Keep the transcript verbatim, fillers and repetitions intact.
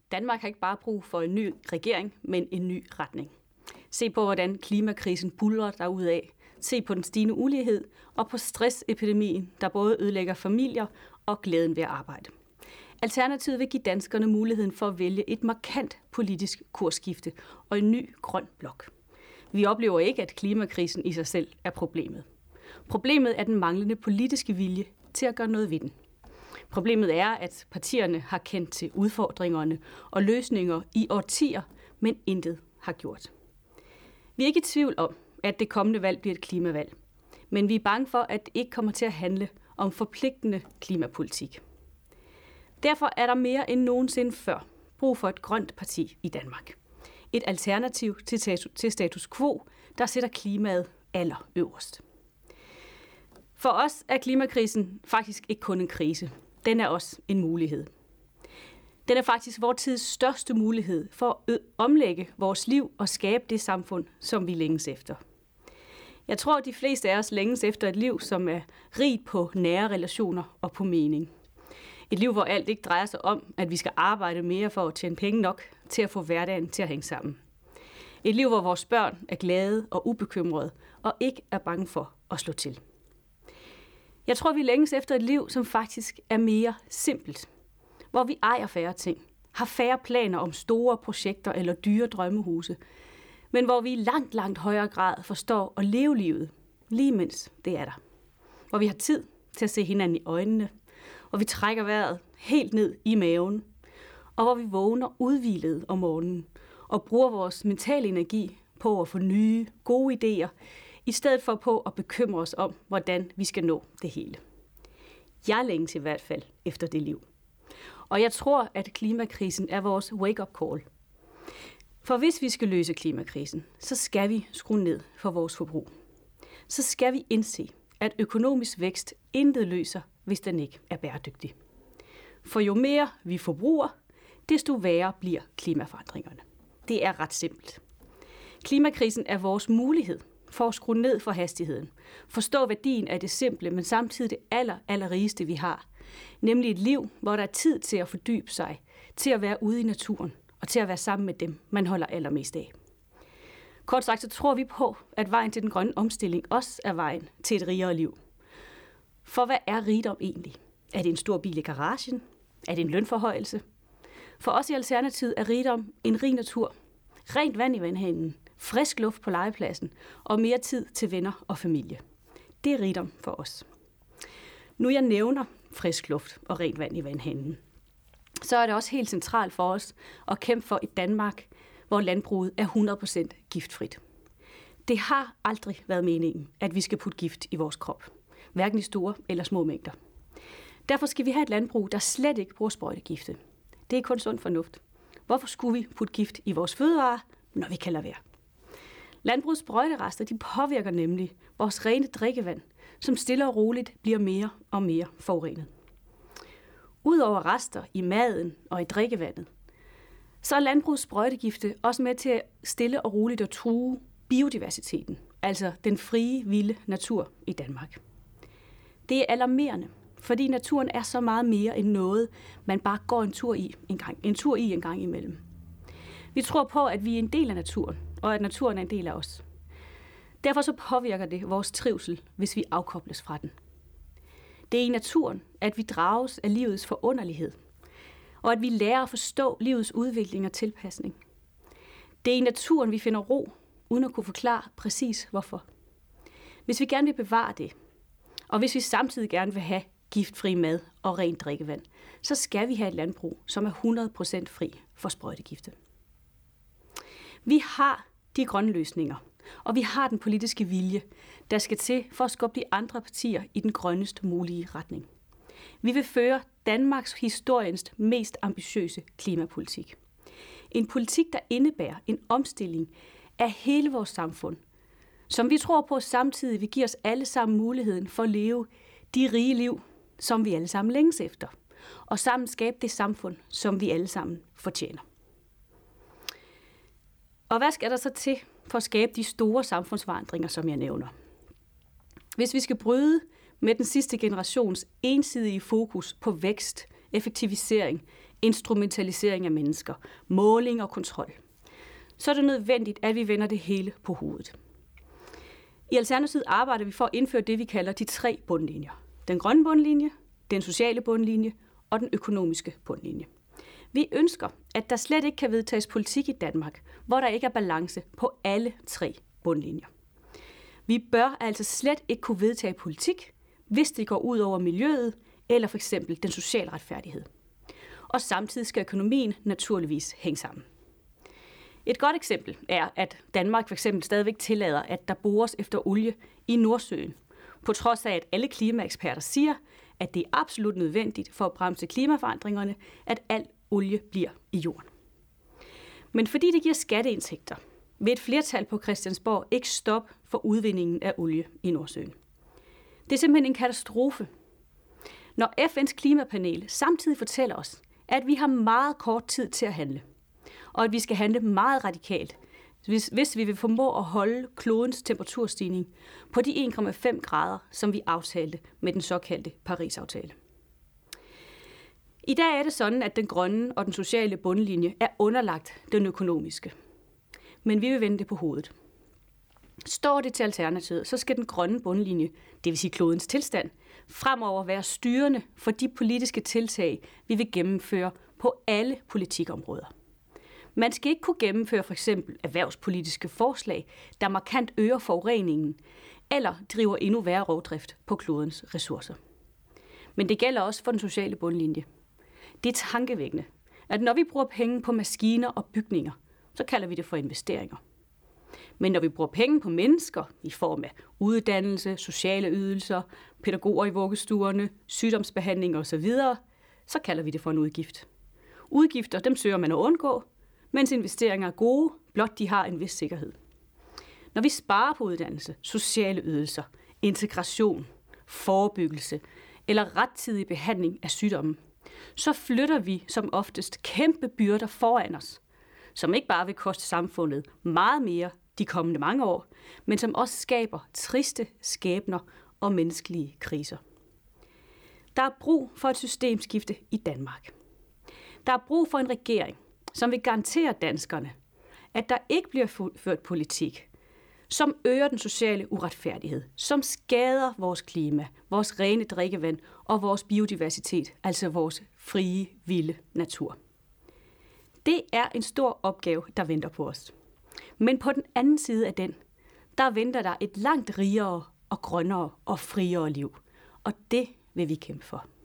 Danmark har ikke bare brug for en ny regering, men en ny retning. Se på, hvordan klimakrisen buldrer derudad. Se på den stigende ulighed og på stressepidemien, der både ødelægger familier og glæden ved at arbejde. Alternativet vil give danskerne muligheden for at vælge et markant politisk kursskifte og en ny grøn blok. Vi oplever ikke, at klimakrisen i sig selv er problemet. Problemet er den manglende politiske vilje til at gøre noget ved den. Problemet er, at partierne har kendt til udfordringerne og løsninger i årtier, men intet har gjort. Vi er ikke i tvivl om, at det kommende valg bliver et klimavalg, men vi er bange for, at det ikke kommer til at handle om forpligtende klimapolitik. Derfor er der mere end nogensinde før brug for et grønt parti i Danmark. Et alternativ til status quo, der sætter klimaet allerøverst. For os er klimakrisen faktisk ikke kun en krise. Den er også en mulighed. Den er faktisk vores tids største mulighed for at omlægge vores liv og skabe det samfund, som vi længes efter. Jeg tror, at de fleste af os længes efter et liv, som er rigt på nære relationer og på mening. Et liv, hvor alt ikke drejer sig om, at vi skal arbejde mere for at tjene penge nok til at få hverdagen til at hænge sammen. Et liv, hvor vores børn er glade og ubekymrede og ikke er bange for at slå til. Jeg tror, vi længes efter et liv, som faktisk er mere simpelt. Hvor vi ejer færre ting, har færre planer om store projekter eller dyre drømmehuse, men hvor vi i langt, langt højere grad forstår at leve livet, lige mens det er der. Hvor vi har tid til at se hinanden i øjnene, hvor vi trækker vejret helt ned i maven, og hvor vi vågner udhvilet om morgenen og bruger vores mentale energi på at få nye, gode idéer, i stedet for på at bekymre os om, hvordan vi skal nå det hele. Jeg længes i hvert fald efter det liv. Og jeg tror, at klimakrisen er vores wake-up call. For hvis vi skal løse klimakrisen, så skal vi skrue ned for vores forbrug. Så skal vi indse, at økonomisk vækst intet løser, hvis den ikke er bæredygtig. For jo mere vi forbruger, desto værre bliver klimaforandringerne. Det er ret simpelt. Klimakrisen er vores mulighed for at skrue ned for hastigheden. Forstå værdien af det simple, men samtidig det aller, allerrigeste, vi har. Nemlig et liv, hvor der er tid til at fordybe sig, til at være ude i naturen og til at være sammen med dem, man holder allermest af. Kort sagt, så tror vi på, at vejen til den grønne omstilling også er vejen til et rigere liv. For hvad er rigdom egentlig? Er det en stor bil i garagen? Er det en lønforhøjelse? For os i Alternativet er rigdom en rig natur, rent vand i vandhanen, frisk luft på legepladsen og mere tid til venner og familie. Det er rigdom for os. Nu jeg nævner frisk luft og rent vand i vandhanen, så er det også helt centralt for os at kæmpe for et Danmark, hvor landbruget er hundrede procent giftfrit. Det har aldrig været meningen, at vi skal putte gift i vores krop, hverken i store eller små mængder. Derfor skal vi have et landbrug, der slet ikke bruger sprøjtegifte. Det er kun sund fornuft. Hvorfor skulle vi putte gift i vores fødevarer, når vi kan lade være? Landbrugets sprøjterester de påvirker nemlig vores rene drikkevand, som stille og roligt bliver mere og mere forurenet. Udover rester i maden og i drikkevandet, så er landbrugets sprøjtegifte også med til at stille og roligt at true biodiversiteten, altså den frie, vilde natur i Danmark. Det er alarmerende, fordi naturen er så meget mere end noget, man bare går en tur i en gang, en tur i en gang imellem. Vi tror på, at vi er en del af naturen, og at naturen er en del af os. Derfor så påvirker det vores trivsel, hvis vi afkobles fra den. Det er i naturen, at vi drages af livets forunderlighed, og at vi lærer at forstå livets udvikling og tilpasning. Det er i naturen, vi finder ro, uden at kunne forklare præcis hvorfor. Hvis vi gerne vil bevare det, og hvis vi samtidig gerne vil have giftfri mad og rent drikkevand, så skal vi have et landbrug, som er hundrede procent fri for sprøjtegifte. Vi har de grønne løsninger, og vi har den politiske vilje, der skal til for at skubbe de andre partier i den grønnest mulige retning. Vi vil føre Danmarks historiens mest ambitiøse klimapolitik. En politik, der indebærer en omstilling af hele vores samfund, som vi tror på samtidig vil give os alle sammen muligheden for at leve de rige liv, som vi alle sammen længes efter, og sammen skabe det samfund, som vi alle sammen fortjener. Og hvad skal der så til for at skabe de store samfundsforandringer, som jeg nævner? Hvis vi skal bryde med den sidste generations ensidige fokus på vækst, effektivisering, instrumentalisering af mennesker, måling og kontrol, så er det nødvendigt, at vi vender det hele på hovedet. I Alternativet arbejder vi for at indføre det, vi kalder de tre bundlinjer. Den grønne bundlinje, den sociale bundlinje og den økonomiske bundlinje. Vi ønsker, at der slet ikke kan vedtages politik i Danmark, hvor der ikke er balance på alle tre bundlinjer. Vi bør altså slet ikke kunne vedtage politik, hvis det går ud over miljøet eller for eksempel den sociale retfærdighed. Og samtidig skal økonomien naturligvis hænge sammen. Et godt eksempel er, at Danmark for eksempel stadigvæk tillader, at der bores efter olie i Nordsøen, på trods af, at alle klimaeksperter siger, at det er absolut nødvendigt for at bremse klimaforandringerne, at al olie bliver i jorden. Men fordi det giver skatteindtægter, vil et flertal på Christiansborg ikke stoppe for udvindingen af olie i Nordsøen. Det er simpelthen en katastrofe. Når F N's klimapanel samtidig fortæller os, at vi har meget kort tid til at handle, og at vi skal handle meget radikalt, hvis, hvis vi vil formå at holde klodens temperaturstigning på de en komma fem grader, som vi aftalte med den såkaldte Paris-aftale. I dag er det sådan, at den grønne og den sociale bundlinje er underlagt den økonomiske. Men vi vil vende det på hovedet. Står det til Alternativet, så skal den grønne bundlinje, det vil sige klodens tilstand, fremover være styrende for de politiske tiltag, vi vil gennemføre på alle politikområder. Man skal ikke kunne gennemføre for eksempel erhvervspolitiske forslag, der markant øger forureningen, eller driver endnu værre rovdrift på klodens ressourcer. Men det gælder også for den sociale bundlinje. Det er tankevækkende, at når vi bruger penge på maskiner og bygninger, så kalder vi det for investeringer. Men når vi bruger penge på mennesker i form af uddannelse, sociale ydelser, pædagoger i vuggestuerne, sygdomsbehandling osv., så kalder vi det for en udgift. Udgifter, dem søger man at undgå, mens investeringer er gode, blot de har en vis sikkerhed. Når vi sparer på uddannelse, sociale ydelser, integration, forebyggelse eller rettidig behandling af sygdommen, så flytter vi som oftest kæmpe byrder foran os, som ikke bare vil koste samfundet meget mere de kommende mange år, men som også skaber triste skæbner og menneskelige kriser. Der er brug for et systemskifte i Danmark. Der er brug for en regering, som vil garantere danskerne, at der ikke bliver ført politik, som øger den sociale uretfærdighed, som skader vores klima, vores rene drikkevand og vores biodiversitet, altså vores frie, vilde natur. Det er en stor opgave, der venter på os. Men på den anden side af den, der venter der et langt rigere og grønnere og friere liv. Og det vil vi kæmpe for.